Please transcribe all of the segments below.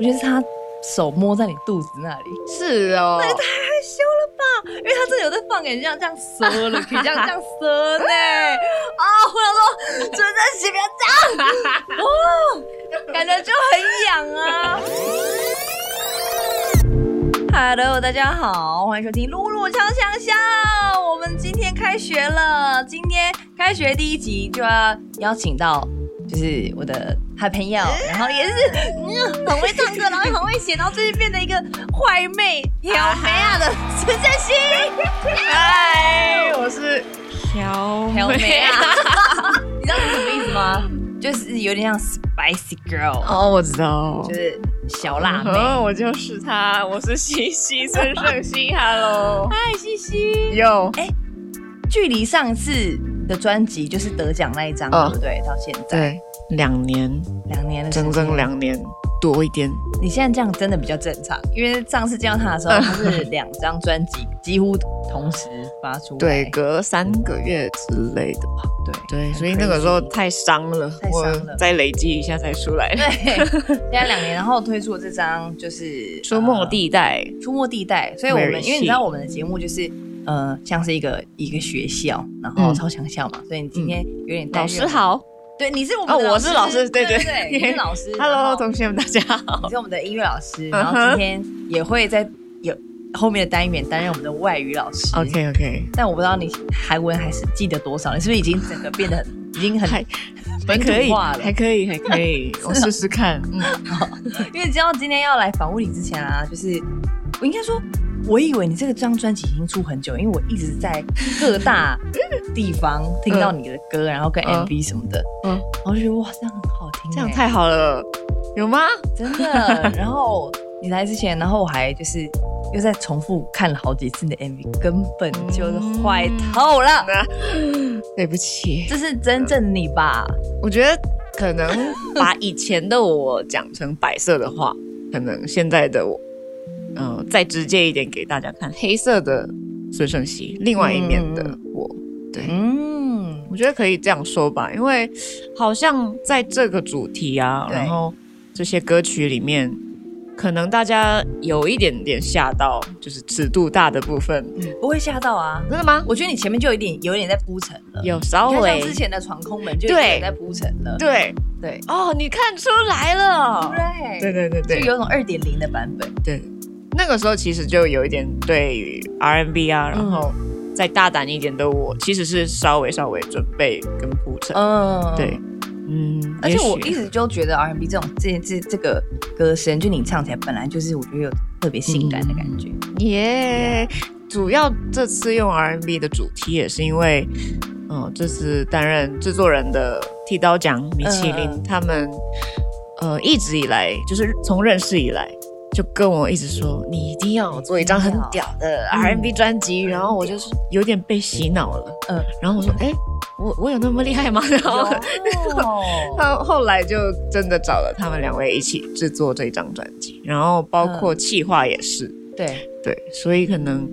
我觉得是他手摸在你肚子那里。 是哦， 那也太害羞了吧？因为他真的有在放给你这样缩了，可以这样缩呢。啊，我想说，准在洗不要这样，哦，感觉就很痒啊。Hello， 大家好，欢迎收听露露超强笑。我们今天开学了，今天开学第一集就要邀请到，就是我的好朋友，然后也是很会唱歌，然后很会写，然后最近变成一个坏妹挑眉啊的陈振熙。 嗨，我是挑眉啊，你知道是什么意思吗？就是有点像 spicy girl。 哦，我知道， 就是小辣妹。 我就是她，我是西西孙盛熙。Hello， 嗨，西西。 有， 距离上次的专辑就是得奖那一张，对不对？到现在对，2年的整整2年多一点。 你现在这样真的比较正常，因为上次见到他的时候，他是2张专辑几乎同时发出来，对， 隔3个月之类的吧。对，所以那个时候太伤了，我再累积一下才出来。 对，现在2年，然后推出了这张就是《 出没地带》， 所以我们因为你知道我们的节目就是像是一个学校，然后超强校嘛，所以你今天有点老师好。 对，你是我们的老师， 我是老师，对， 你是老师。 Hello， 同学们，大家好。 你是我们的音乐老师，然后今天也会在有后面的单元担任我们的外语老师。 OK。 但我不知道你韩文还是记得多少，你是不是已经整个变得已经很本土化了？ 还可以，我试试看。 好，因为知道今天要来访问你之前啊，就是我应该说。我以为你这张专辑已经出很久，因为我一直在各大地方听到你的歌，然后跟 MV 什么的，然后就觉得哇，这样很好听， 这样太好了，有吗？ 真的。然后你来之前，然后我还就是又再重复看了好几次你的 MV， 根本就是坏透了。 对不起， 这是真正你吧？ 我觉得可能把以前的我讲成白色的话，可能现在的我。再直接一点给大家看，黑色的孙盛熙，另外一面的我，对，我觉得可以这样说吧，因为好像在这个主题啊，然后这些歌曲里面，可能大家有一点点吓到，就是尺度大的部分， 不会吓到啊？ 真的吗？ 我觉得你前面就有点在铺陈了， 有稍微， 像之前的闯空门就有点在铺陈了， 对，哦，你看出来了，对， 就有种2.0的版本， 对。那个时候其实就有一点对于 R&B 啊，然后再大胆一点的我，其实是稍微准备跟铺陈，对， 而且我一直就觉得 R&B 这种这个歌声，就你唱起来本来就是我觉得有特别性感的感觉， 主要这次用 R&B 的主题也是因为，这次担任制作人的剃刀奖米其林，他们一直以来就是从认识以来。就跟我一直说，你一定要做一张很屌的 R&B 专辑，然后我就是有点被洗脑了，然后我说，我有那么厉害吗？然后他后来就真的找了他们2位一起制作这张专辑，然后包括企划也是，对，所以可能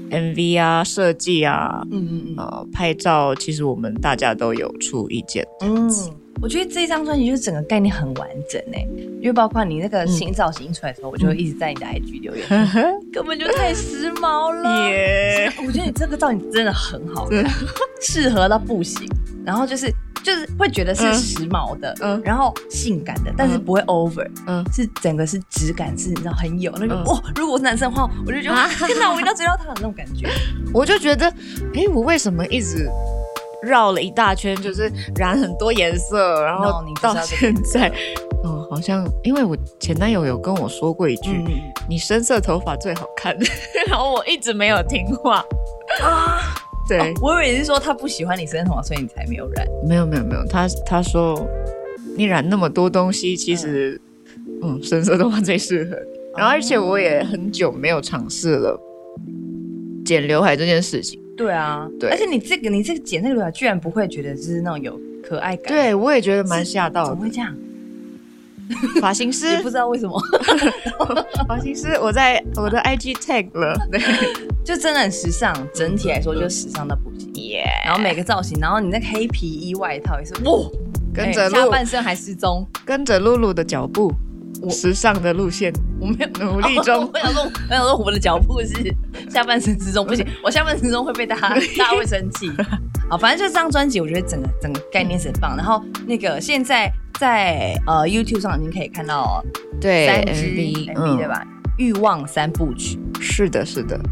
MV 啊、设计啊、拍照，其实我们大家都有出意见，我觉得这张专辑就是整个概念很完整因为包括你那个新造型出来的时候，我就会一直在你的 IG 留言，根本就太时髦了。我觉得你这个造型真的很好看，适合到不行。然后就是会觉得是时髦的，然后性感的，但是不会 over，是整个是质感是你知道很有那个如果我是男生的话，我就觉得天哪，我一定要追到他的那种感觉。我就觉得，我为什么一直绕了一大圈，就是染很多颜色，然后到现在，好像因为我前男友有跟我说过一句，你深色头发最好看，然后我一直没有听话啊。对，我以为你是说他不喜欢你深色头发，所以你才没有染。没有，他说你染那么多东西，其实深色头发最适合你。然后而且我也很久没有尝试了剪刘海这件事情。对啊，对，而且你这个剪那个刘海，居然不会觉得就是那种有可爱感。对，我也觉得蛮吓到的。怎么会这样？发型师也不知道为什么。发型师，我在我的 IG tag 了，对，就真的很时尚。整体来说就时尚到不行。然后每个造型，然后你那个黑皮衣外套也是，跟着下半身还失踪，跟着露露的脚步。 时尚的路线， 我没有努力中。 我想说我的脚步是下半身之中，不行，我下半身之中会被大家会生气。好，反正就这张专辑，我觉得整个概念是很棒。然后那个现在在YouTube 上已经可以看到对 3支 MV 对吧？欲望3部曲。 是的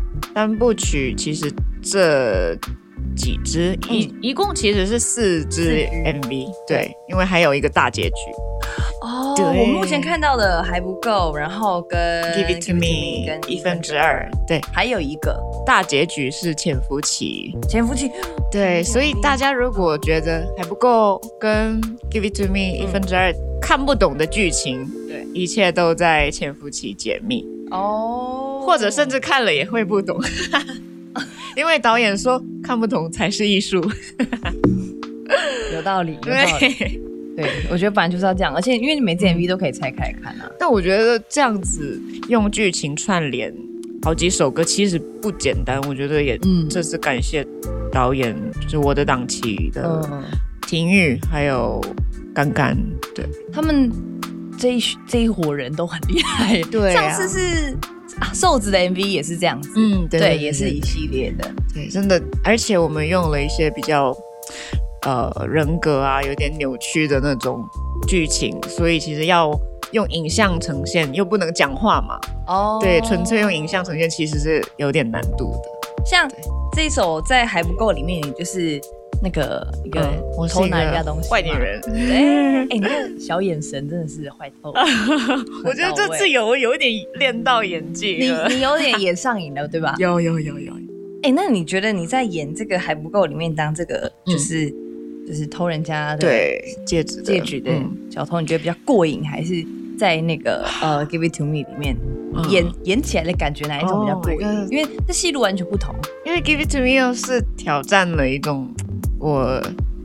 ，3部曲其实这几支一共其实是4支 MV， 对，因为还有一个大结局。 哦，我目前看到的还不够，然后跟 Give It To Me 跟2/1，对， 还有一个大结局是潜伏期，对，所以大家如果觉得还不够，跟 Give It To Me 2/1看不懂的剧情，对，一切都在潜伏期解密哦，或者甚至看了也会不懂，因为导演说看不懂才是艺术， 有道理。对，我觉得本来就是要这样，而且因为你每支 MV 都可以拆开来看啊。 但我觉得这样子用剧情串联好几首歌其实不简单，我觉得也这次感谢导演，就是我的档期的廷玉还有干干，对， 他们这一伙人都很厉害。 对啊， 上次是瘦子的 MV 也是这样子，对，也是一系列的， 对，真的，而且我们用了一些比较人格啊有点扭曲的那种剧情，所以其实要用影像呈现，又不能讲话嘛，对，纯粹用影像呈现其实是有点难度的。 像这一首在还不够里面，你就是那个一个偷拿人家东西坏女人， 对，你那个小眼神真的是坏透了。 我觉得这次有一点练到演技了， 你有点演上瘾了，对吧？ 有。 那你觉得你在演这个还不够里面当这个就是偷人家的对戒指的小偷，你觉得比较过瘾，还是在那个Give It To Me 里面演起来的感觉哪一种比较过瘾？因为这戏路完全不同。 因为 Give It To Me 又是挑战了一种我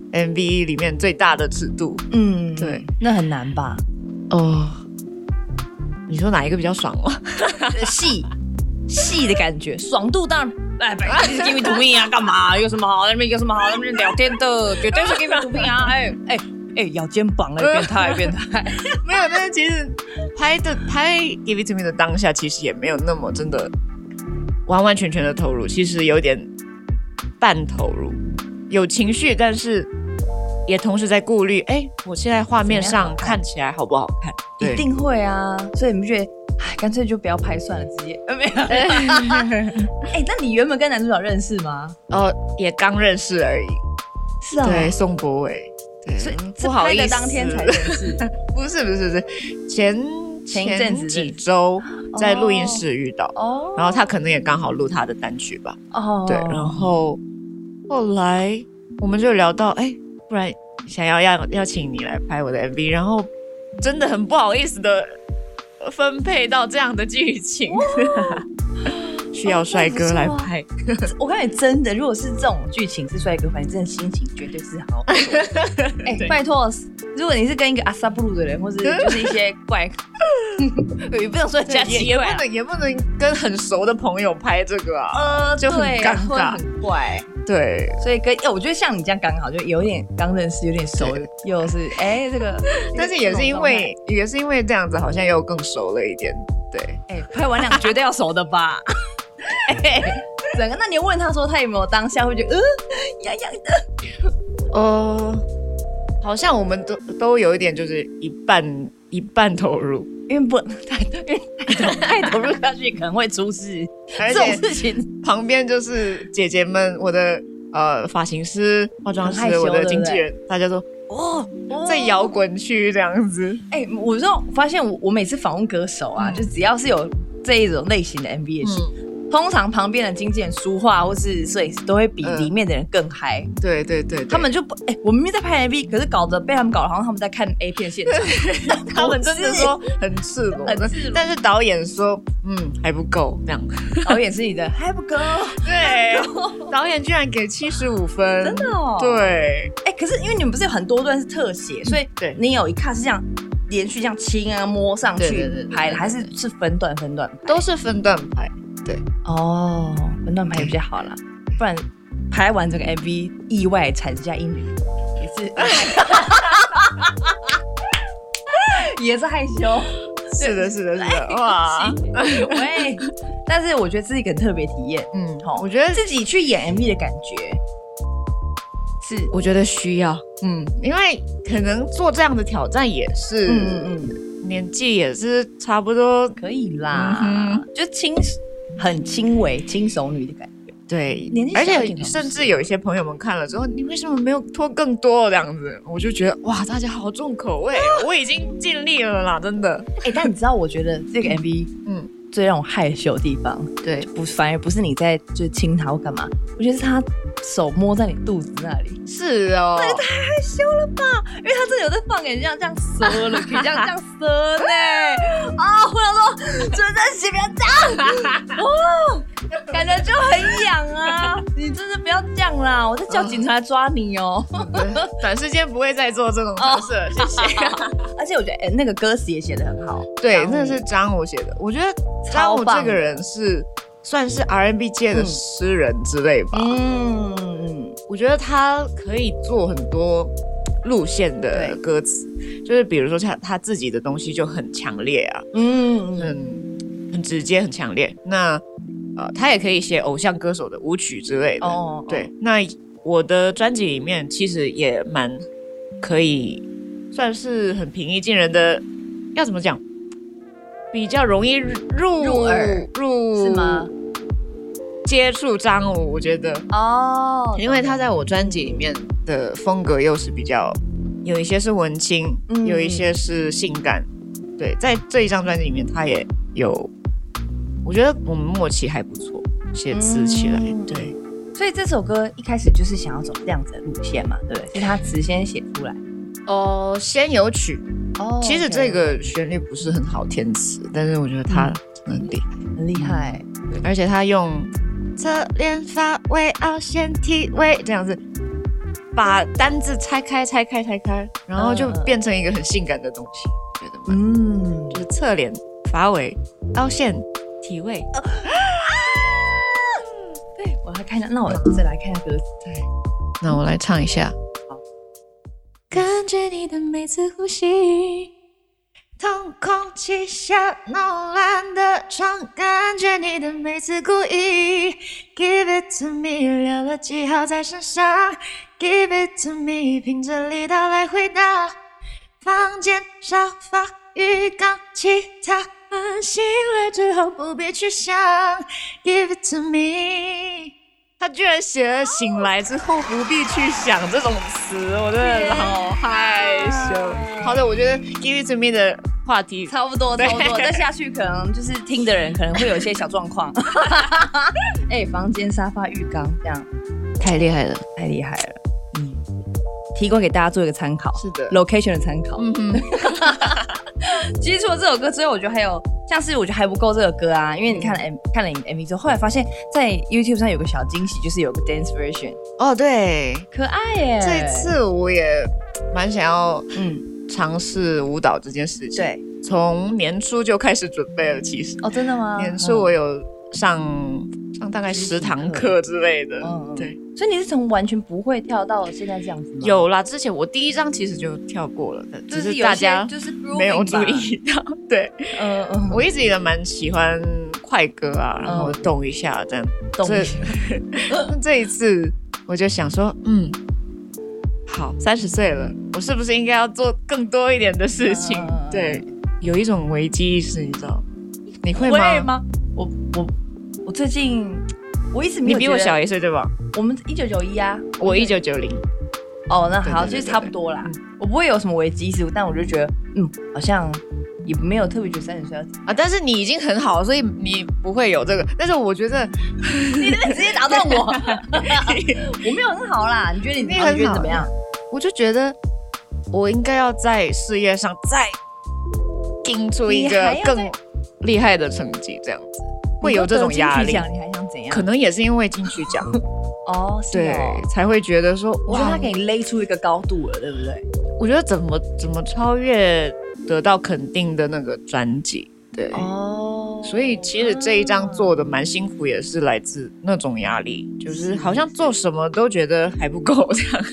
MV 里面最大的尺度，对， 那很难吧？ 你说哪一个比较爽吗？ 戏的感觉，爽度当然。Give It To Me 啊，干嘛？有什么好在那边聊天的？绝对是 Give It To Me 啊！咬肩膀了，变态！ 没有，但是其实拍 Give It To Me 的当下，其实也没有那么真的完完全全的投入，其实有点半投入，有情绪，但是也同时在顾虑，我现在画面上看起来好不好看？ 一定会啊！所以你不觉得？干脆就不要拍算了，直接没有。那你原本跟男主角认识吗？ 也刚认识而已。 是啊， 对，宋博伟，对， 所以不好意思， 拍的当天才认识。 不是，前几周在录音室遇到，然后他可能也刚好录他的单曲吧。对，然后后来我们就聊到，不然想要请你来拍我的 MV， 然后真的很不好意思的。分配到这样的剧情，需要帅哥来拍。 我看你真的，如果是这种剧情是帅哥拍，你真的心情绝对是好。拜托，如果你是跟一个阿萨布鲁的人，或者就是一些怪，也不能说加奇怪， 也不能跟很熟的朋友拍这个啊，就很尴尬， 很怪。 对， 所以我觉得像你这样刚好，就有点刚认识，有点熟，又是这个， 但是也是因为这样子，好像又更熟了一点。对， 拍完2个绝对要熟的吧？整个，那你问他说他有没有当下会觉得痒痒的？ 好像我们都有一点就是一半投入， 因为不能太投入下去可能会出事。这种事情旁边就是姐姐们，我的发型师、化妆师、我的经纪人，大家都在摇滚区这样子。 我发现我每次访问歌手啊，就只要是有这一种类型的 MV 的戏。通常旁边的经纪人、书画或是摄影师都会比里面的人更嗨。 对， 他们就我明明在拍 MV， 可是被他们搞得好像他们在看 A 片现场。 他们真的说很赤裸，但是导演说还不够这样。 导演是你的还不够， 对，导演居然给75分， 真的哦。 对， 可是因为你们不是有很多段是特写，所以你有一卡是这样。连续这样亲啊摸上去拍的，还是分段拍？ 都是分段拍，对。 分段拍也比较好啦，不然拍完整个 MV 意外产下英女也是也是害羞。 是的，是的，是的，哇！ 喂，但是我觉得这是一个很特别体验。 我觉得自己去演 MV 的感觉是， 我觉得需要，因为可能做这样的挑战也是，年纪也是差不多可以啦，就很轻微轻熟女的感觉。 对，而且甚至有一些朋友们看了之后，你为什么没有拖更多这样子？我就觉得哇，大家好重口味哦，我已经尽力了啦，真的。 但你知道，我觉得这个 MV，最让我害羞的地方， 对， 反而不是你在就亲他或干嘛，我觉得是他手摸在你肚子那里。 是哦， 那也太害羞了吧？因为他真的有在放给你这样瑟了，可以这样瑟呢。我想说，真的是不要这样哦，感觉就很痒啊！你真的不要这样啦，我在叫警察来抓你哦。 短时间不会再做这种特色，谢谢。 而且我觉得，那个歌词也写得很好。 对，那是张武写的。我觉得张武这个人是算是 R&B 界的诗人之类吧。我觉得他可以做很多路线的歌词，就是比如说他自己的东西就很强烈啊，很直接，很强烈。那他也可以写偶像歌手的舞曲之类的。对，那我的专辑里面其实也蛮可以算是很平易近人的，要怎么讲？比较容易入耳是吗？ 接触张武，我觉得因为他在我专辑里面的风格又是比较有一些是文青，有一些是性感。对，在这一张专辑里面，他也有，我觉得我们默契还不错，写词起来。对， 所以这首歌一开始就是想要走这样子的路线嘛，对不对？是他词先写出来。 先有曲。其实这个旋律不是很好填词，但是我觉得他真的很厉害，而且他用侧脸发尾凹陷体位这样子，把单字拆开，然后就变成一个很性感的东西，觉得就是侧脸发尾凹陷体位。 对，我来看一下，那我再来看一下歌词。 对，那我来唱一下。感觉你的每次呼吸，同空气下弄乱的床，感觉你的每次故意 Give it to me， 留了记号在身上 Give it to me， 凭着力道来回答，房间、沙发、浴缸，其他醒来之后不必去想 Give it to me。他居然写了醒来之后不必去想这种词，我真的好害羞。好的，我觉得 Give it to me 的话题差不多，再下去可能就是听的人可能会有一些小状况。房间、沙发、浴缸这样， 太厉害了。 提供给大家做一个参考， 是的 ，location 的参考。其实除了这首歌之外，我觉得还有像是我觉得还不够这个歌啊，因为你看了 MV 之后，后来发现在 YouTube 上有个小惊喜，就是有个 dance version。 对， 可爱耶！ 这次我也蛮想要尝试舞蹈这件事情。 对， 从年初就开始准备了，其实。 真的吗？ 年初我有上大概10堂课之类的。对。 所以你是从完全不会跳到现在这样子吗？ 有啦，之前我第一张其实就跳过了，只是大家没有注意到。对，我一直以来蛮喜欢快歌啊，然后动一下这样。这一次我就想说，好，30岁了，我是不是应该要做更多一点的事情？对，有一种危机意识，你知道？你会吗？ 我最近。我一直没有。 你比我小1岁对吧？ 我们1991啊， 我1990。 那好，就是差不多啦。我不会有什么危机意识，但我就觉得，好像也没有特别觉得30岁要但是你已经很好，所以你不会有这个。但是我觉得你直接打断我，我没有很好啦。你觉得你很好怎么样？ 我就觉得我应该要在事业上再拼出一个更厉害的成绩，这样子。会有这种压力， 你还想怎样？ 可能也是因为金曲奖对， 才会觉得说， 我觉得他给你勒出一个高度了，对不对？ 我觉得怎么超越得到肯定的那个专辑，对所以其实这一张做的蛮辛苦，也是来自那种压力，就是好像做什么都觉得还不够这样。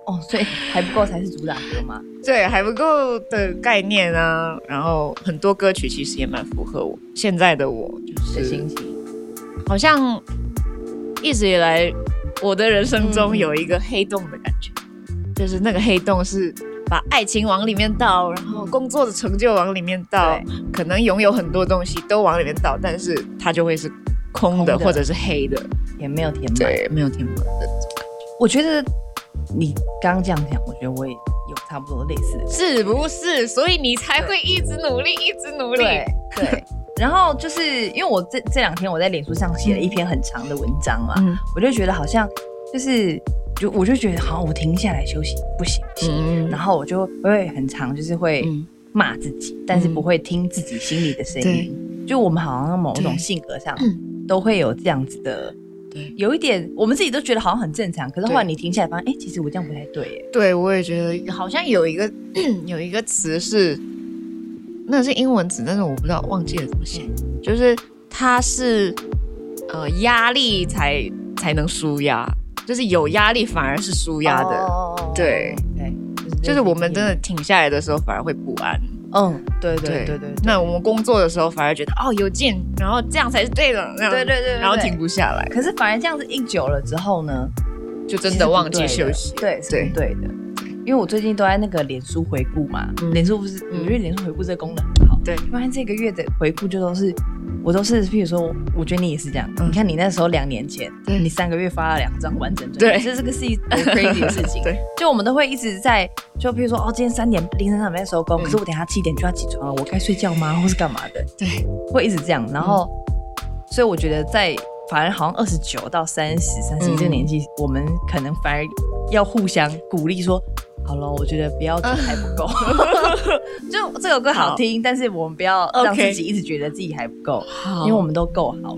哦，所以还不够才是主打歌吗？ 对，还不够的概念啊。然后很多歌曲其实也蛮符合我现在的我，就是心情。 好像一直以来我的人生中有一个黑洞的感觉，就是那个黑洞是把爱情往里面倒，然后工作的成就往里面倒，可能拥有很多东西都往里面倒，但是它就会是空的或者是黑的， 也没有填满， 对，没有填满的。 我觉得你刚刚这样讲，我觉得我也有差不多类似的， 是不是？所以你才会一直努力，一直努力。 对。然后就是因为我这2天我在脸书上写了一篇很长的文章嘛，我就觉得好像我就觉得好像我停下来休息不行，然后我就会很常就是会骂自己，但是不会听自己心里的声音。就我们好像某种性格上都会有这样子的，有一点我们自己都觉得好像很正常，可是后来你停下来发现，其实我这样不太对耶。对，我也觉得好像有一个词是。那是英文词，但是我不知道忘记了怎么写。就是它是压力才能舒压，就是有压力反而是舒压的。对，就是我们真的停下来的时候反而会不安。对。那我们工作的时候反而觉得有劲，然后这样才是对的。对，然后停不下来。可是反而这样子一久了之后呢，就真的忘记休息。对的。因为我最近都在那个脸书回顾嘛，脸书不是，我觉得脸书回顾这个功能很好。对，发现这个月的回顾就我都是，譬如说，我觉得你也是这样。你看你那时候2年前，你3个月发了2张完整专辑，这个是一个 crazy 的事情。对，就我们都会一直在，就譬如说，今天凌晨3点收工，可是我等一下7点就要起床了，我该睡觉吗？或是干嘛的？对，会一直这样。然后，所以我觉得反而好像29到30、31这个年纪，我们可能反而要互相鼓励说。好了，我觉得不要觉得还不够，就这首歌好听，但是我们不要让自己一直觉得自己还不够，因为我们都够好。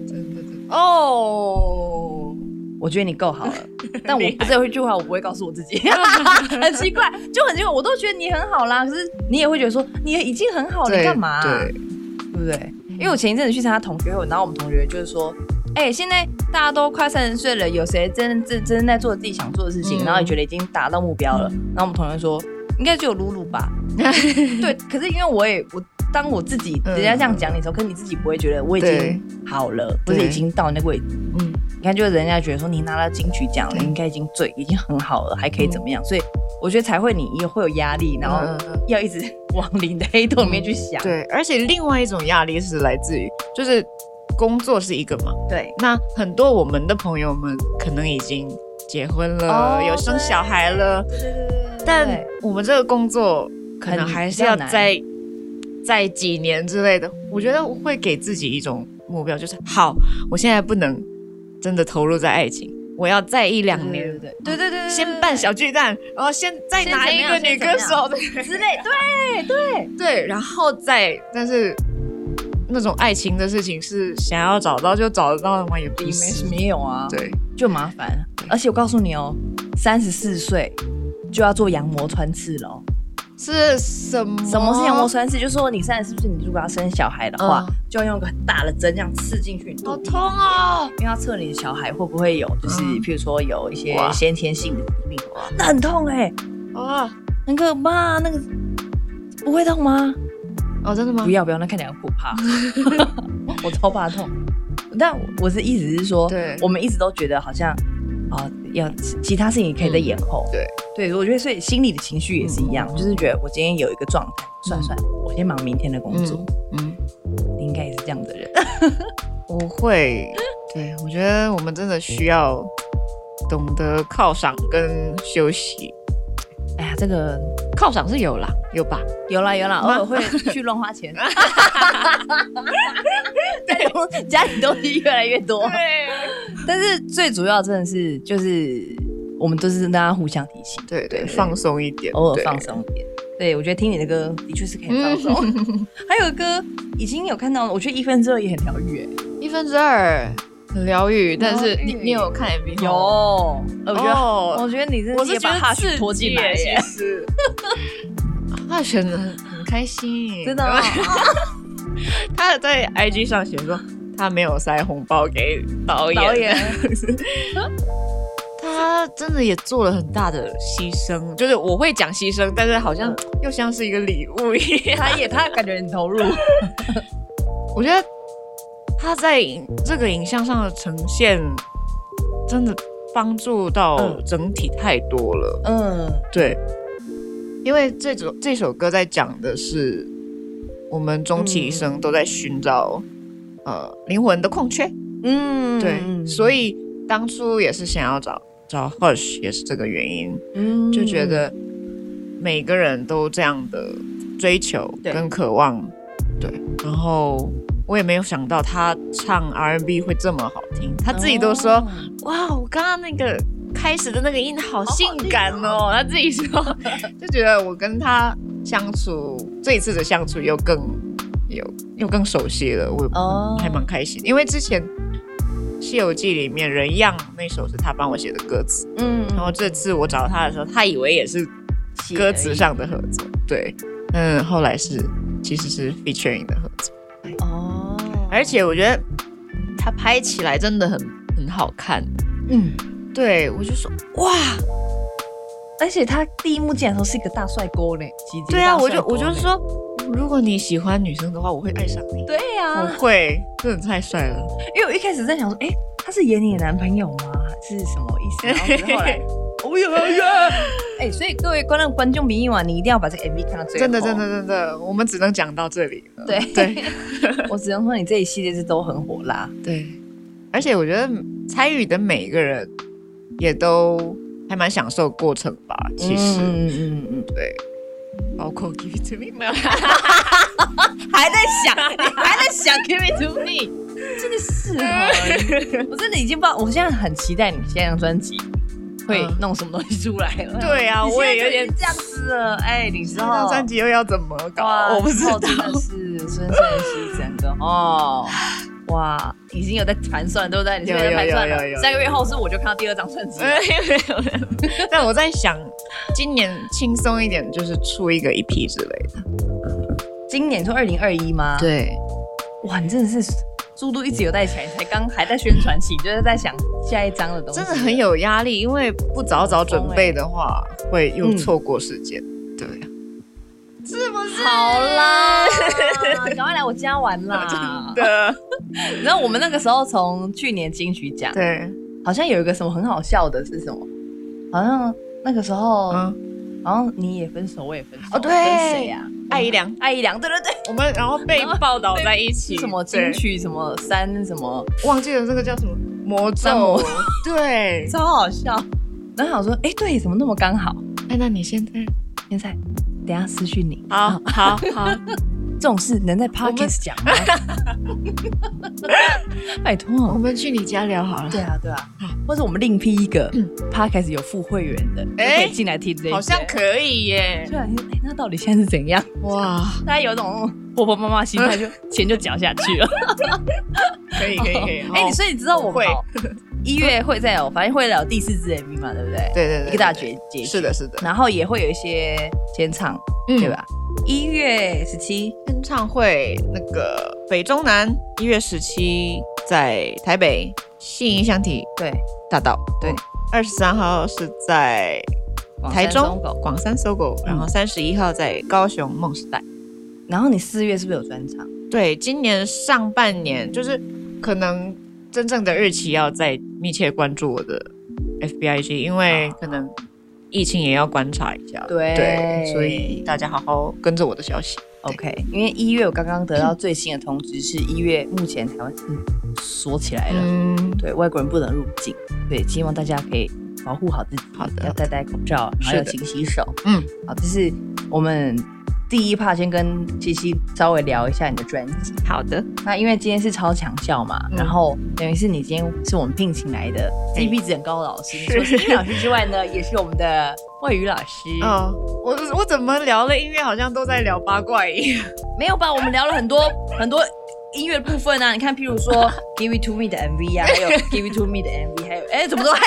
我觉得你够好了，但我不是有一句话，我不会告诉我自己，很奇怪，我都觉得你很好啦，可是你也会觉得说你已经很好了，你干嘛？对不对？因为我前一阵子去参加同学会，然后我们同学就是说。现在大家都快30岁了，有谁真在做自己想做的事情，然后你觉得已经达到目标了？然后我们同学说，应该只有露露吧？对，可是因为当我自己人家这样讲你的时候，可是你自己不会觉得我已经好了，或者已经到那个位置。你看，就是人家觉得说你拿了金曲奖了，应该已经很好了，还可以怎么样？所以我觉得才会你也会有压力，然后要一直往你的黑洞里面去想。对，而且另外一种压力是来自于就是。工作是一个嘛，对，那很多我们的朋友们可能已经结婚了，有生小孩了，对，但我们这个工作可能还是要在几年之类的。我觉得会给自己一种目标，就是好，我现在不能真的投入在爱情，我要再1-2年，对，先办小巨蛋，然后再拿一个女歌手之类，对，然后但是。那种爱情的事情是想要找到就找得到的吗？也不是，没有啊，对，就麻烦。而且我告诉你34岁就要做羊膜穿刺了。是什么？什么是羊膜穿刺？就是说你34岁，你如果要生小孩的话，就要用一个很大的针这样刺进去。好痛哦！因为要测你的小孩会不会有，就是譬如说有一些先天性的疾病，那很痛很可怕。那个不会痛吗？真的吗？不要，那看起来很可怕。我超怕痛。但我的意思是说，我们一直都觉得好像要其他事情可以再延后。对，我觉得所以心理的情绪也是一样，就是觉得我今天有一个状态，算了，我先忙明天的工作。你应该也是这样的人。我会，对，我觉得我们真的需要懂得犒赏跟休息。哎呀，这个犒赏是有啦，有吧？有啦，偶尔会去乱花钱。对，家里东西越来越多。对，但是最主要真的是就是我们都是大家互相提醒，对，放松一点，偶尔放松一点。对，我觉得听你的歌的确是可以放松。还有歌已经有看到，我觉得2/1也很疗愈。2/2很疗愈，但是你有看 MV 吗？有，我觉得你真的也把哈许拖进来耶。哈许很开心，真的吗？他在 IG 上写说他没有塞红包给导演。他他真的也做了很大的牺牲，就是我会讲牺牲，但是好像又像是一个礼物一样。 他感觉很投入。 我觉得他在这个影像上的呈现，真的帮助到整体太多了。对，因为这首歌在讲的是我们终其一生都在寻找灵魂的空缺。对，所以当初也是想要找 Hush， 也是这个原因。就觉得每个人都这样的追求跟渴望。对，然后我也没有想到他唱 R&B 会这么好听，他自己都说，哇，我刚刚那个开始的那个音好性感哦，他自己说，就觉得我跟他相处，这一次的相处又更熟悉了，我还蛮开心，因为之前《西游记》里面人样那首是他帮我写的歌词，然后这次我找他的时候，他以为也是歌词上的合作，对，后来其实是 featuring 的合作。而且我觉得他拍起来真的很好看。对，我就说哇， 而且他第一幕进来的时候是一个大帅哥呢。 对啊，我就说，如果你喜欢女生的话，我会爱上你。 对啊， 我会，真的太帅了。 因为我一开始在想说，他是演你的男朋友吗？是什么意思？然后后来，所以各位观众朋友啊，你一定要把这个 MV 看到最后。 真的，我们只能讲到这里了。 对，我只能说你这一系列是都很火辣。 对，而且我觉得参与的每一个人也都还蛮享受过程吧。其实，对，包括 Give It To Me 没有， 还在想 Give It To Me， 真的是我真的已经不知道，我现在很期待你下张专辑会弄什么东西出来了。 对啊，我也有点这样子了。你知道这张专辑又要怎么搞？我不知道， 真的是孙盛熙整个哇，已经有在盘算，对不对？你现在在盘算了，3个月后是我就看到第2张专辑。 但我在想，今年轻松一点，就是出一个 EP 之类的。 今年说2021吗？ 对， 哇，你真的是速度一直有带起来，还在宣传期，就是在想下一张的东西， 真的很有压力，因为不早准备的话，会又错过时间。对，是不是？ 好啦，赶快来我家玩啦！ 真的， 你知道我们那个时候从去年金曲奖， 对， 好像有一个什么很好笑的是什么？好像那个时候，好像你也分手，我也分手。 对， 跟谁呀？ 艾怡良， 对， 我们然后被报道在一起， 什么金曲什么3什么， 忘记了这个叫什么魔咒，对， 超好笑。然后想说，对，怎么那么刚好？ 那你现在等一下私讯你。 好， 这种事能在 Podcast 讲吗？拜托， 我们去你家聊好了。 对啊，或者我们另辟一个 Podcast 有付会员的，可以进来听这一集， 好像可以耶。 进来听，那到底现在是怎样？哇，大家有一种婆婆妈妈心态，就钱就缴下去了。 可以。 所以你知道我会1月会再有，反正会有第4支 MV 嘛，对不对？ 对， 一个大结局。 是的。 然后也会有一些签唱，对吧？1月17 签唱会，那个北中南1月17在台北信义香体对大道，对，23号是在台中广三搜狗，然后31号在高雄梦时代。 然后你4月是不是有专场？ 对，今年上半年就是可能真正的日期要再密切关注我的 FBIG， 因为可能疫情也要观察一下。对，所以大家好好跟着我的消息。 OK， 因为1月我刚刚得到最新的通知是1月目前台湾是锁起来了，对，外国人不能入境，对，希望大家可以保护好自己， 好的， 要戴口罩，然后要勤洗手。好，这是我们第一 part 先跟七七稍微聊一下你的专辑。 好的， 那因为今天是超强校嘛，然后等于是你今天是我们聘请来的 CP 值很高的老师，除了是音乐老师之外呢，也是我们的外语老师。 我怎么聊了音乐，好像都在聊八卦一样？ 没有吧？我们聊了很多音乐部分啊，你看，譬如说 Give It To Me 的 MV 啊，还有 Give It To Me 的 MV， 还有怎么说？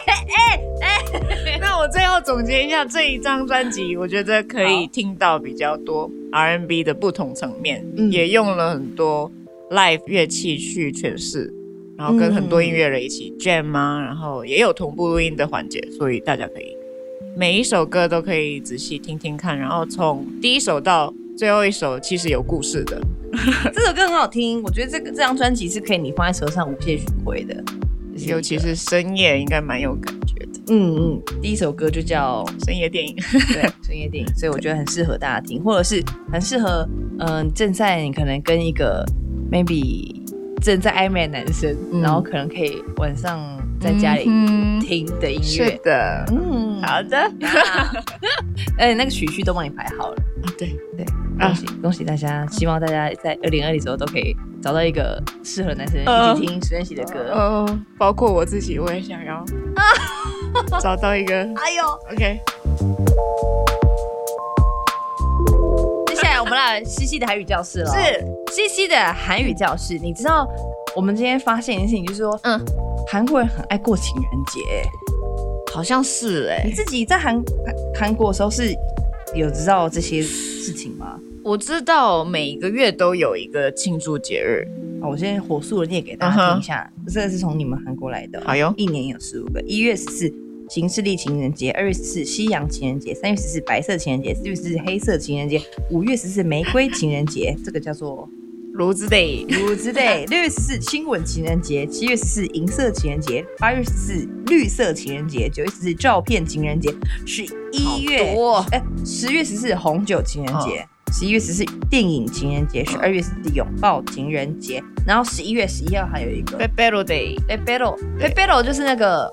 那我最后总结一下这一张专辑，我觉得可以听到比较多 R&B 的不同层面，也用了很多 live 乐器去诠释， 然后跟很多音乐人一起 jam 啊，然后也有同步录音的环节，所以大家可以每一首歌都可以仔细听听看，然后从第一首到最后一首其实有故事的。 这首歌很好听，我觉得这张专辑是可以你放在车上无限循环的， 尤其是深夜应该蛮有感觉的。 第一首歌就叫深夜电影， 对，深夜电影，所以我觉得很适合大家听，或者是很适合正在你可能跟一个 maybe 正在暧昧的男生，然后可能可以晚上在家里听的音乐。 是的，好的。 那个曲序都帮你排好了。 对， 恭喜大家！希望大家在2020时候都可以找到一个适合的男生一起听实验系的歌。 包括我自己，我也想要找到一个。 哎呦 ，OK。 接下来我们来西西的韩语教室了。 是西西的韩语教室，你知道我们今天发现一件事情，就是说，韩国人很爱过情人节。 好像是你自己在韩国的时候是有知道这些事情吗？ 我知道每个月都有一个庆祝节日。 我现在火速的念给大家听一下，这个是从你们韩国来的。 好哟， 一年有15个。1月14行事历情人节，2月14西洋情人节，3月14白色情人节，4月14黑色情人节，5月14玫瑰情人节，这个叫做炉子 day， 6月14亲吻情人节，7月14银色情人节，8月14绿色情人节，9月14照片情人节，10月14红酒情人节，11月14电影情人节，12月14拥抱情人节，然后11月11号还有一个 Pepero day，Pepero 就是那个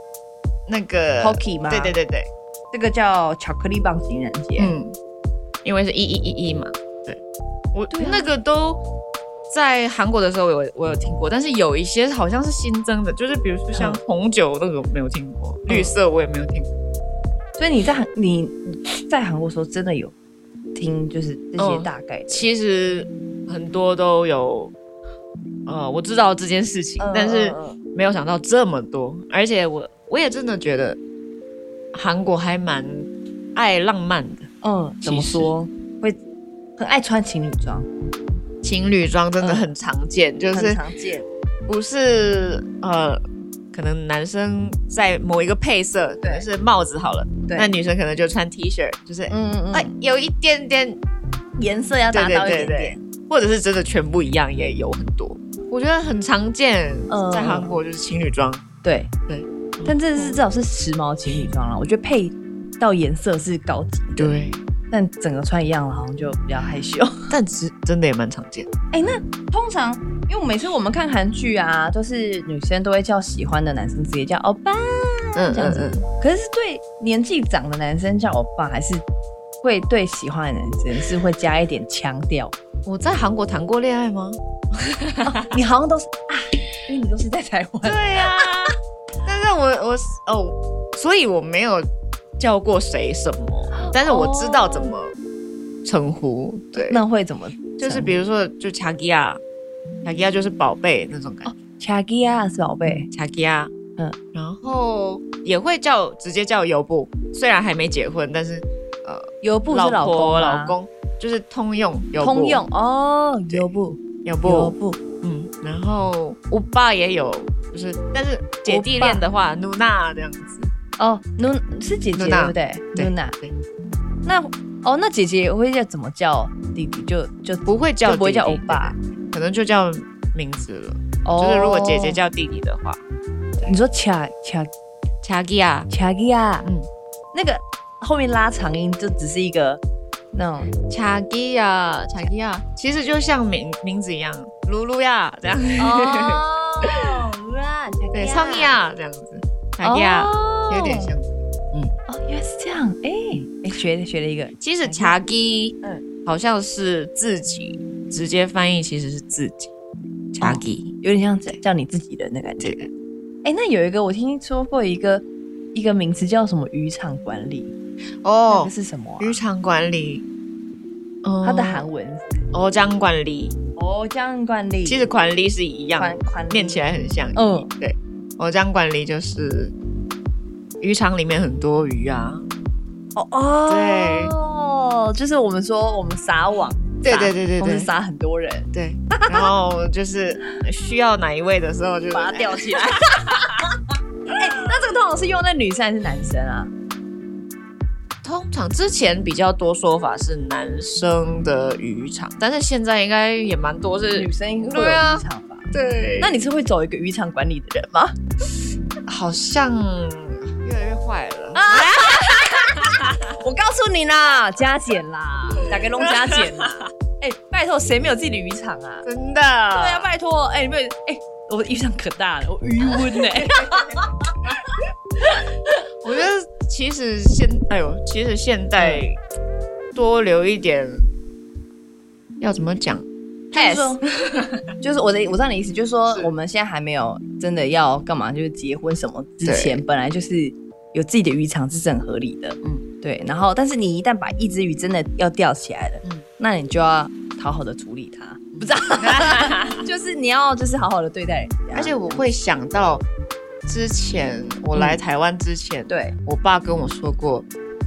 Hockey 吗？ 对， 这个叫巧克力棒情人节。 因为是1111嘛。对，那个都在韩国的时候我有听过，但是有一些好像是新增的，就是比如说像红酒那个没有听过，绿色我也没有听过。 所以你在韩国的时候真的有听就是这些大概的？ 其实很多都有，我知道这件事情，但是没有想到这么多，而且我也真的觉得韩国还蛮爱浪漫的。 怎么说？会很爱穿情侣装。 情侣装真的很常见，就是很常见， 不是可能男生在某一个配色，可能是帽子好了，那女生可能就穿 T 恤，就是有一点点颜色要达到一点点， 或者是真的全部一样也有很多，我觉得很常见，在韩国就是情侣装，对， 但这是至少是时髦情侣装了，我觉得配到颜色是高级的， 对。 但整个穿一样好像就比较害羞， 但真的也蛮常见。 那通常因为每次我们看韩剧啊，就是女生都会叫喜欢的男生直接叫欧巴，这样子。可是对年纪长的男生叫欧巴，还是会对喜欢的男生是会加一点腔调？ 我在韩国谈过恋爱吗？ 你好像都是因为你都是在台湾。 对啊，但是我所以我没有叫过谁什么。但是我知道怎么称呼，对， 那会怎么？ 就是比如说，就恰吉亚就是宝贝那种感觉， 恰吉亚是宝贝， 恰吉亚，然后也会直接叫尤布，虽然还没结婚，但是尤布是老公就是通用尤布，尤布， 然后我爸也有，就是但是姐弟恋的话，努娜这样子， 是姐姐对不对？努娜。那姐姐会怎么叫弟弟？就不会叫弟弟， 不会叫欧巴， 可能就叫名字了。就是如果姐姐叫弟弟的话， 你说恰吉亚，那个后面拉长音就只是一个那种恰吉亚，其实就像名字一样，露露呀这样。对，苍呀这样子，恰吉亚有点像。 原来是这样，学了一个。 其实恰吉，好像是自己直接翻译，其实是自己。恰吉有点像叫你自己的那感觉。那有一个我听说过一个名词叫什么渔场管理那个是什么？ 渔场管理， 它的韩文是江管理。 江管理，其实管理是一样，念起来很像。对，江管理就是。渔场里面很多鱼啊， 对，就是我们说我们撒网， 对对对对对， 同时杀很多人， 对，然后就是需要哪一位的时候就把它吊起来。那这个通常是用在女生还是男生啊？ 通常之前比较多说法是男生的渔场，但是现在应该也蛮多是女生会有渔场吧？ 对， 那你是会走一个渔场管理的人吗？ 好像越来越坏了。 我告诉你啦，加减啦，打给龙加减啦。拜托，谁没有自己的渔场啊？ 真的。 对啊，拜托，你没有？我的渔场可大了，我渔温呢。 我觉得其实现在多留一点，要怎么讲？ 就是我知道你的意思，就是说我们现在还没有真的要干嘛，就是结婚什么之前，本来就是有自己的渔场，这是很合理的。对。然后，但是你一旦把一只鱼真的要钓起来了，那你就要好好的处理它，不知道，就是你要就是好好的对待人家。 而且我会想到之前我来台湾之前，对我爸跟我说过，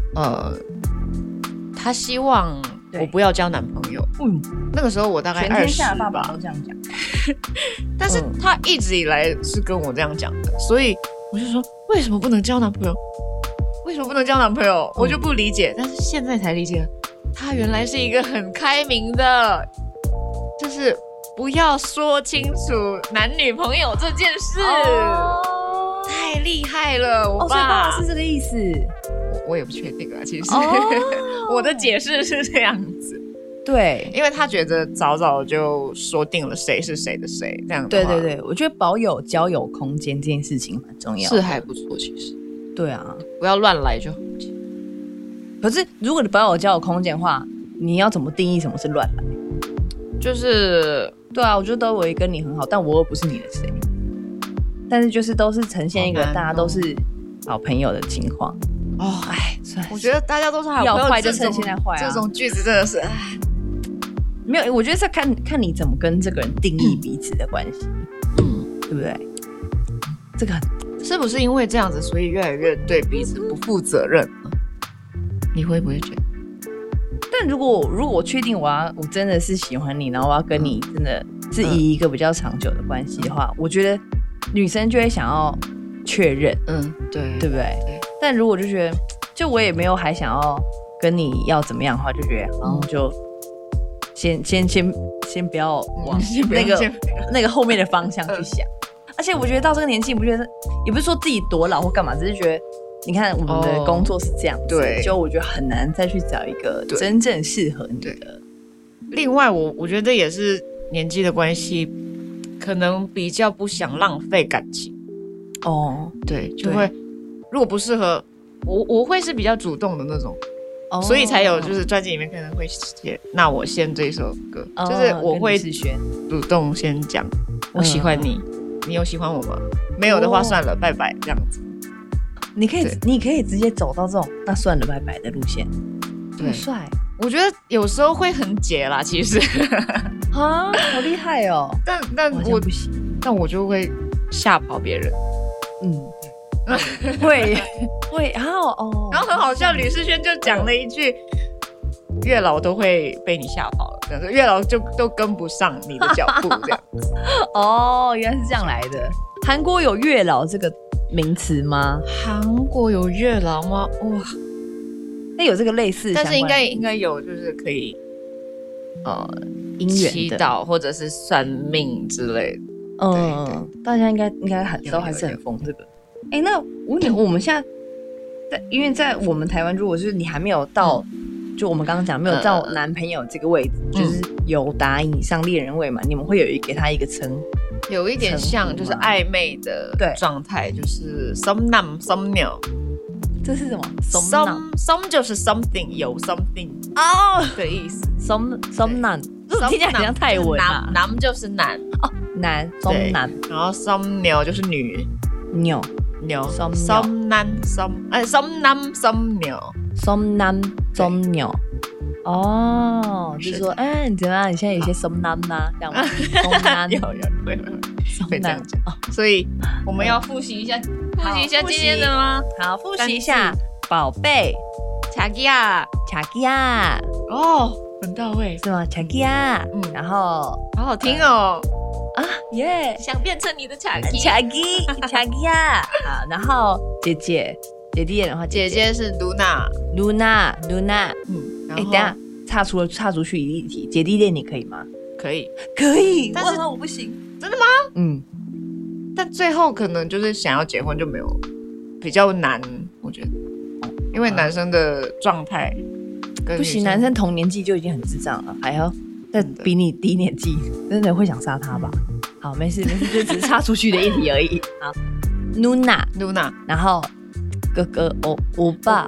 他希望我不要交男朋友。那个时候我大概20吧。全天下的爸爸都这样讲。但是他一直以来是跟我这样讲的，所以我就说为什么不能交男朋友？为什么不能交男朋友？我就不理解。但是现在才理解，他原来是一个很开明的，就是不要说清楚男女朋友这件事。太厉害了，我爸。 所以爸爸是这个意思。 我也不确定啊，其实我的解释是这样子。 对， 因为他觉得早早就说定了谁是谁的谁，这样的话。 对对对，我觉得保有交友空间这件事情蛮重要的， 是还不错，其实。 对啊， 不要乱来就好。 可是如果你保有交友空间的话，你要怎么定义什么是乱来？ 就是对啊，我觉得都我也跟你很好，但我又不是你的谁。但是就是都是呈现一个大家都是好朋友的情况。 我觉得大家都是好朋友， 要坏就趁现在坏啊！ 这种句子真的是， 没有，我觉得是看你怎么跟这个人定义彼此的关系，对不对？这个是不是因为这样子，所以越来越对彼此不负责任呢？你会不会觉得？ 但如果我确定我真的是喜欢你，然后我要跟你真的是以一个比较长久的关系的话，我觉得女生就会想要确认，对不对？但如果就觉得，就我也没有还想要跟你要怎么样的话，就觉得好像就先不要往那个后面的方向去想。而且我觉得到这个年纪，你不觉得也不是说自己多老或干嘛，只是觉得你看我们的工作是这样子，就我觉得很难再去找一个真正适合你的。 另外我觉得也是年纪的关系，可能比较不想浪费感情。对，就会如果不适合我会是比较主动的那种，所以才有就是专辑里面可能会写那我先这首歌，就是我会主动先讲我喜欢你，你有喜欢我吗？没有的话算了，拜拜这样子。 你可以直接走到这种那算了拜拜的路线，这么帅。 我觉得有时候会很解啦，其实好厉害哦。 但我不行， 但我就会吓跑别人。 会，然后很好笑，吕世轩就讲了一句，月老都会被你吓跑了，这样子，月老就都跟不上你的脚步这样子。 原来是这样来的。韩国有月老这个名词吗？ 韩国有月老吗？哇， 那有这个类似， 但是应该有，就是可以姻缘祈祷或者是算命之类的。 大家应该都还是很疯这个。那我们现在因为在我们台湾，如果是你还没有到，就我们刚刚讲没有到男朋友这个位置，就是有达以上恋人位嘛，你们会给他一个称， 有一点像就是暧昧的状态，就是 some nam some鸟。 这是什么 ？some 就是 something 有 something 的意思。 some nam 听起来很像泰文啊。 nam 就是男男 some nam， 然后 some 鸟就是女鸟 some nam some nam some 鸟 some nam some 鸟。就是说，你怎么样？你现在有些 some nam 啊，这样吗？some nam 会这样讲。所以我们要复习一下今天的吗？ 好，复习一下，宝贝， 恰吉亚。 很到位， 是吗？자기야，然后好好听哦。 耶， 想变成你的 자기야，好，然后姐姐弟的话， 姐姐是 Luna， 然后等一下岔出去一题，姐弟恋你可以吗？ 可以， 但是我不行， 真的吗？但最后可能就是想要结婚就没有，比较难，我觉得，因为男生的状态跟不行，男生同年纪就已经很智障了，还要再比你低年纪，真的会想杀他吧？好，没事，就只是插出去的一题而已。好 ，Luna， 然后哥哥欧巴，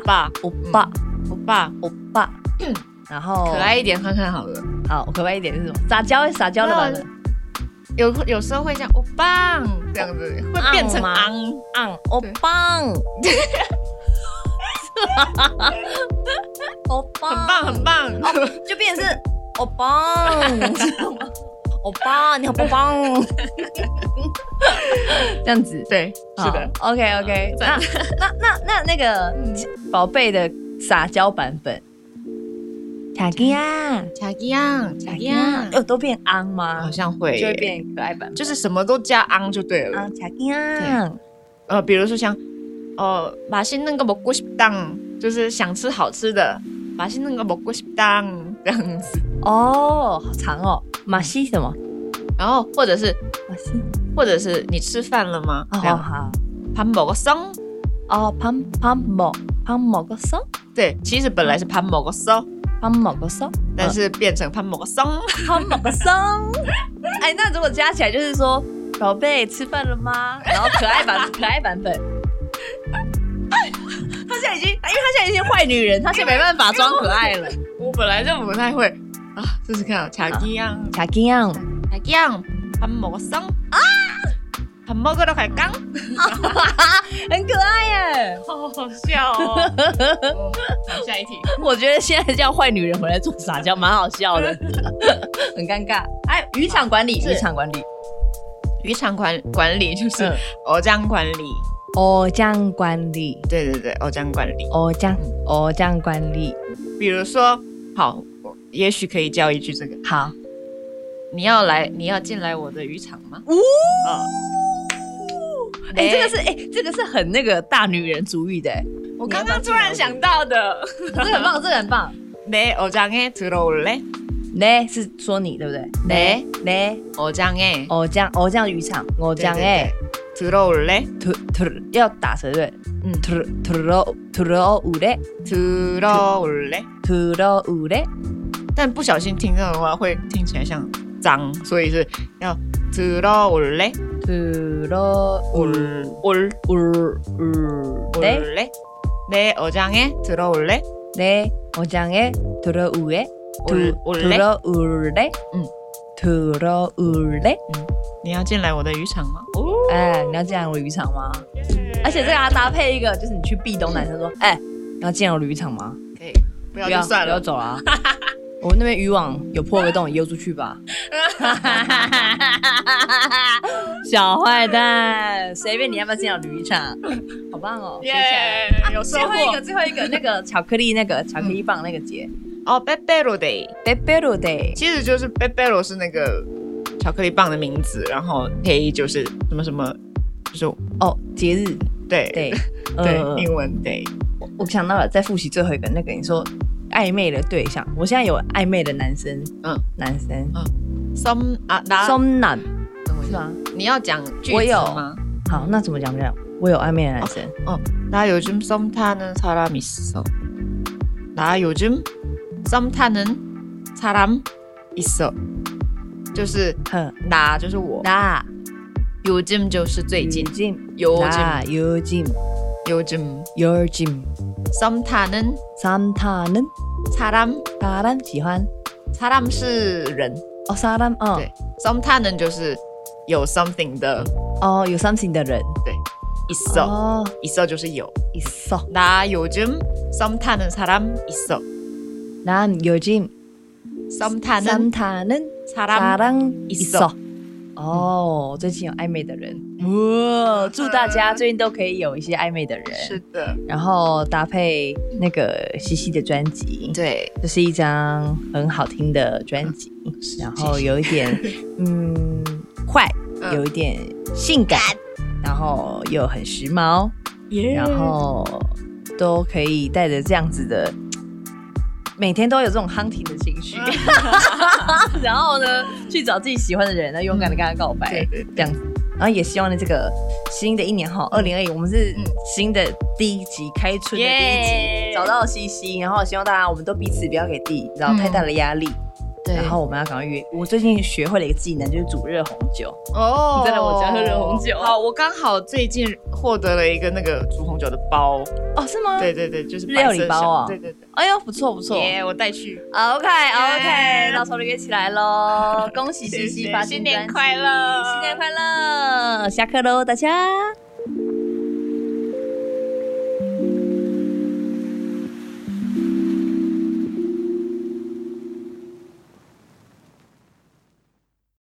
然后可爱一点看看好了。 好，可爱一点是什么？撒娇的版本。 有时候会像欧巴这样子，会变成欧巴，欧巴， 很棒， 就变成是欧巴，欧巴，你好棒，这样子， 对，是的 ，OK， 那个宝贝的撒娇版本。자기야，都变昂吗？ 好像会， 就会變可愛版， 就是什么都加昂就对了。 자기야， 比如说像맛있는 거 먹고 싶다，就是想吃好吃的，맛있는 거 먹고 싶다这样子。 好长哦，맛이什么？ 然后或者是 맛이， 或者是你吃饭了吗？ 好， 밥 먹었어？ 밥 먹었어？ 对，其实本来是밥 먹었어。 밥 먹었어？ 但是变成밥 먹었어。 밥 먹었어？哎，那如果加起来就是说，宝贝吃饭了吗？然后可爱版本。他现在已经，因为他现在已经坏女人，他现在没办法装可爱了。 我本来就不太会啊，试试看啊。자기야， 밥 먹었어？밥 먹으러 갈까？ 很可爱耶， 好好笑哦。好，下一题。 我觉得现在叫坏女人回来做撒娇，蛮好笑的，很尴尬。哎，渔场管理就是 어장管理。对，어장管理。比如说，好，也许可以教一句这个。 好， 你要进来我的渔场吗？ 这个是很那个大女人主义的。 我刚刚突然想到的， 这个很棒。 내 어장에 들어올래？ 네是说你对不对？ 네 어장에 어장渔场어장에 들어올래？ 要打舌对，들어올래？ 但不小心听到的话，会听起来像脏，所以是要들어올래？내 어장에 들어올래？ 내 어장에 들어올래？ 你要进来我的渔场吗？ 你要进来我的渔场吗？而且这个要搭配一个，就是你去壁咚，男生说，你要进来我的渔场吗？ 可以，不要就算了， 不要走了。我们那边渔网有破个洞，游出去吧。小坏蛋，随便你要不要进来我的渔场？好棒哦！ 耶，有收获。 最后一个那个巧克力棒那个节 ，Bebero Day，其实就是 Bebero 是那个巧克力棒的名字，然后 Day 就是什么什么，就是节日， 对，英文 Day。 我想到了，再复习最后一个那个，你说暧昧的对象，我现在有暧昧的男生， 썸남 是吗？ 你要讲句子吗？ 好，那怎么讲？我有暧昧的男生。 나 요즘 썸 타는 사람 있어. 나 요즘 썸 타는 사람 있어. 就是나就是我， 나 요즘就是最近，요즘 썸 타는 사람 喜欢 사람是人 사람 对썸 타는就是有 something 的有 something 的人对있어就是有 있어 나 요즘 썸 타는 사람 있어 난 요즘 썸 타는 사람 있어 哦，最近有暧昧的人，哇！祝大家最近都可以有一些暧昧的人。 是的， 然后搭配那个西西的专辑， 对， 这是一张很好听的专辑，然后有一点快，有一点性感，然后又很时髦，然后都可以带着这样子的。每天都有这种 hunting 的情绪，然后呢，去找自己喜欢的人，勇敢的跟他告白， 对， 这样子。然后也希望呢，这个新的一年哈，2021，我们是新的第一集，开春的第一集，找到西西，然后希望大家我们都彼此不要给自己太大的压力。对，然后我们要赶快约。我最近学会了一个技能，就是煮热红酒。哦，你在我家喝热红酒。 好，我刚好最近获得了一个那个煮红酒的包。 哦，是吗？ 对，就是料理包啊。 对。 哎呦，不错。 耶，我带去。 OK， 到时候就约起来喽！恭喜西西发新专辑， 新年快乐， 新年快乐！下课喽，大家。